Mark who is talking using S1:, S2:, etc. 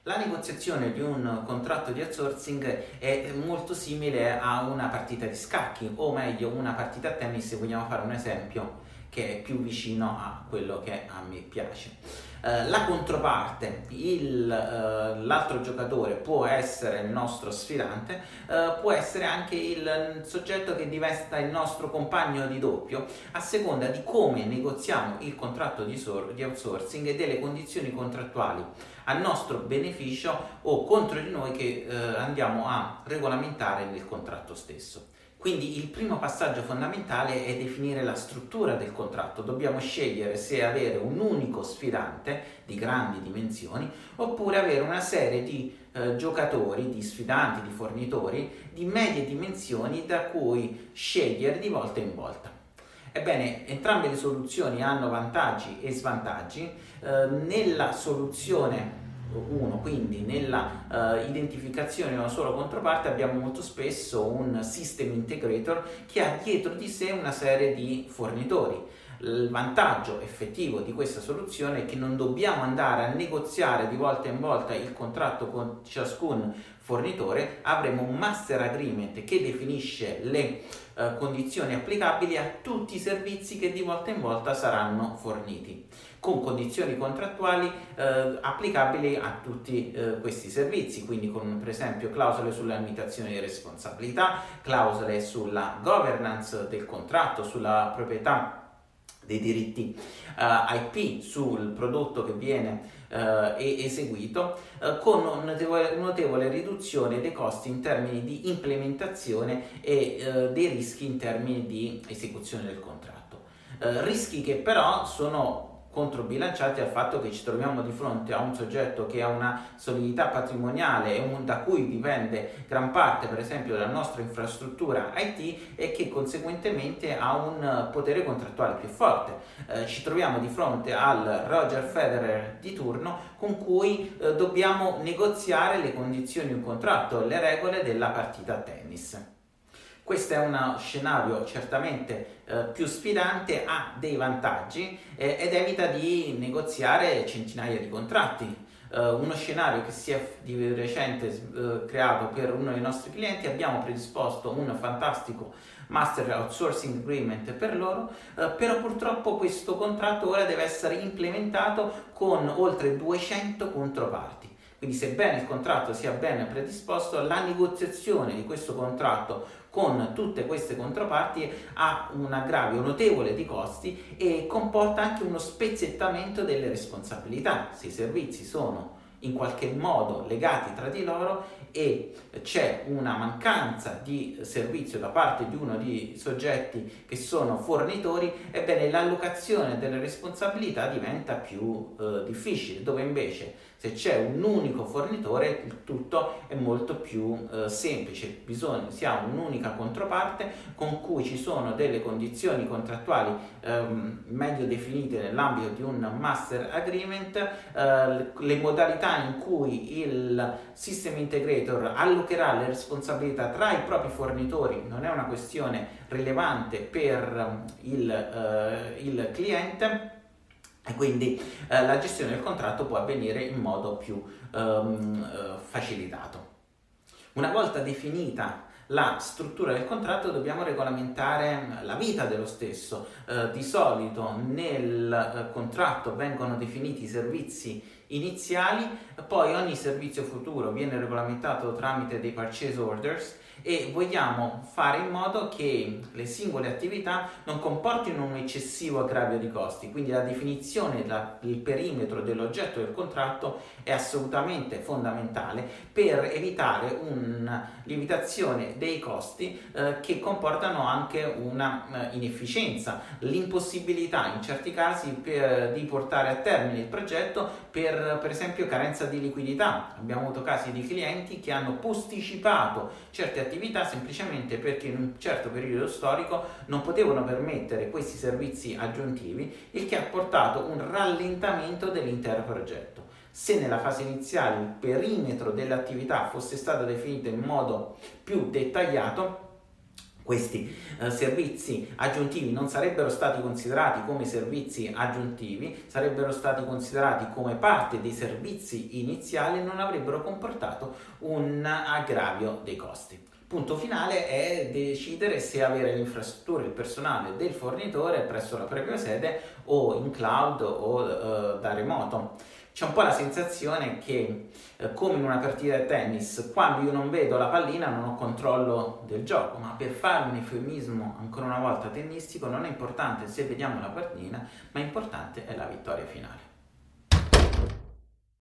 S1: La negoziazione di un contratto di outsourcing è molto simile a una partita di scacchi, o meglio una partita a tennis, se vogliamo fare un esempio che è più vicino a quello che a me piace. La controparte, l'altro giocatore può essere il nostro sfidante, può essere anche il soggetto che diventa il nostro compagno di doppio, a seconda di come negoziamo il contratto di outsourcing e delle condizioni contrattuali a nostro beneficio o contro di noi che andiamo a regolamentare nel contratto stesso. Quindi il primo passaggio fondamentale è definire la struttura del contratto. Dobbiamo scegliere se avere un unico sfidante di grandi dimensioni oppure avere una serie di giocatori, di sfidanti, di fornitori di medie dimensioni da cui scegliere di volta in volta. Ebbene, entrambe le soluzioni hanno vantaggi e svantaggi. Nella soluzione 1, quindi nella identificazione di una sola controparte, abbiamo molto spesso un system integrator che ha dietro di sé una serie di fornitori. Il vantaggio effettivo di questa soluzione è che non dobbiamo andare a negoziare di volta in volta il contratto con ciascun fornitore, avremo un master agreement che definisce le condizioni applicabili a tutti i servizi che di volta in volta saranno forniti, con condizioni contrattuali applicabili a tutti questi servizi, quindi con per esempio clausole sulla limitazione di responsabilità, clausole sulla governance del contratto, sulla proprietà dei diritti IP sul prodotto che viene eseguito, con una notevole riduzione dei costi in termini di implementazione e dei rischi in termini di esecuzione del contratto. Rischi che però sono controbilanciati dal fatto che ci troviamo di fronte a un soggetto che ha una solidità patrimoniale e da cui dipende gran parte per esempio della nostra infrastruttura IT e che conseguentemente ha un potere contrattuale più forte. Ci troviamo di fronte al Roger Federer di turno con cui dobbiamo negoziare le condizioni di un contratto, le regole della partita a tennis. Questo è uno scenario certamente più sfidante, ha dei vantaggi ed evita di negoziare centinaia di contratti. Uno scenario che si è di recente creato per uno dei nostri clienti, abbiamo predisposto un fantastico Master Outsourcing Agreement per loro, però purtroppo questo contratto ora deve essere implementato con oltre 200 controparti. Quindi sebbene il contratto sia ben predisposto, la negoziazione di questo contratto con tutte queste controparti ha un aggravio notevole di costi e comporta anche uno spezzettamento delle responsabilità. Se i servizi sono in qualche modo legati tra di loro e c'è una mancanza di servizio da parte di uno dei soggetti che sono fornitori, ebbene l'allocazione delle responsabilità diventa più difficile, dove invece se c'è un unico fornitore il tutto è molto più semplice, si ha un'unica controparte con cui ci sono delle condizioni contrattuali meglio definite nell'ambito di un master agreement, le modalità in cui il system integrator allocherà le responsabilità tra i propri fornitori non è una questione rilevante per il cliente. E quindi la gestione del contratto può avvenire in modo più facilitato. Una volta definita la struttura del contratto dobbiamo regolamentare la vita dello stesso. Di solito nel contratto vengono definiti i servizi iniziali, poi ogni servizio futuro viene regolamentato tramite dei purchase orders e vogliamo fare in modo che le singole attività non comportino un eccessivo aggravio di costi, quindi la definizione del perimetro dell'oggetto del contratto è assolutamente fondamentale per evitare una limitazione dei costi che comportano anche una inefficienza, l'impossibilità in certi casi di portare a termine il progetto per esempio carenza di liquidità. Abbiamo avuto casi di clienti che hanno posticipato certe attività semplicemente perché in un certo periodo storico non potevano permettere questi servizi aggiuntivi, il che ha portato un rallentamento dell'intero progetto. Se nella fase iniziale il perimetro dell'attività fosse stato definito in modo più dettagliato, questi servizi aggiuntivi non sarebbero stati considerati come servizi aggiuntivi, sarebbero stati considerati come parte dei servizi iniziali e non avrebbero comportato un aggravio dei costi. Punto finale è decidere se avere l'infrastruttura, il personale del fornitore presso la propria sede o in cloud o da remoto. C'è un po' la sensazione che, come in una partita di tennis, quando io non vedo la pallina non ho controllo del gioco, ma per fare un eufemismo ancora una volta tennistico non è importante se vediamo la pallina, ma è importante è la vittoria finale.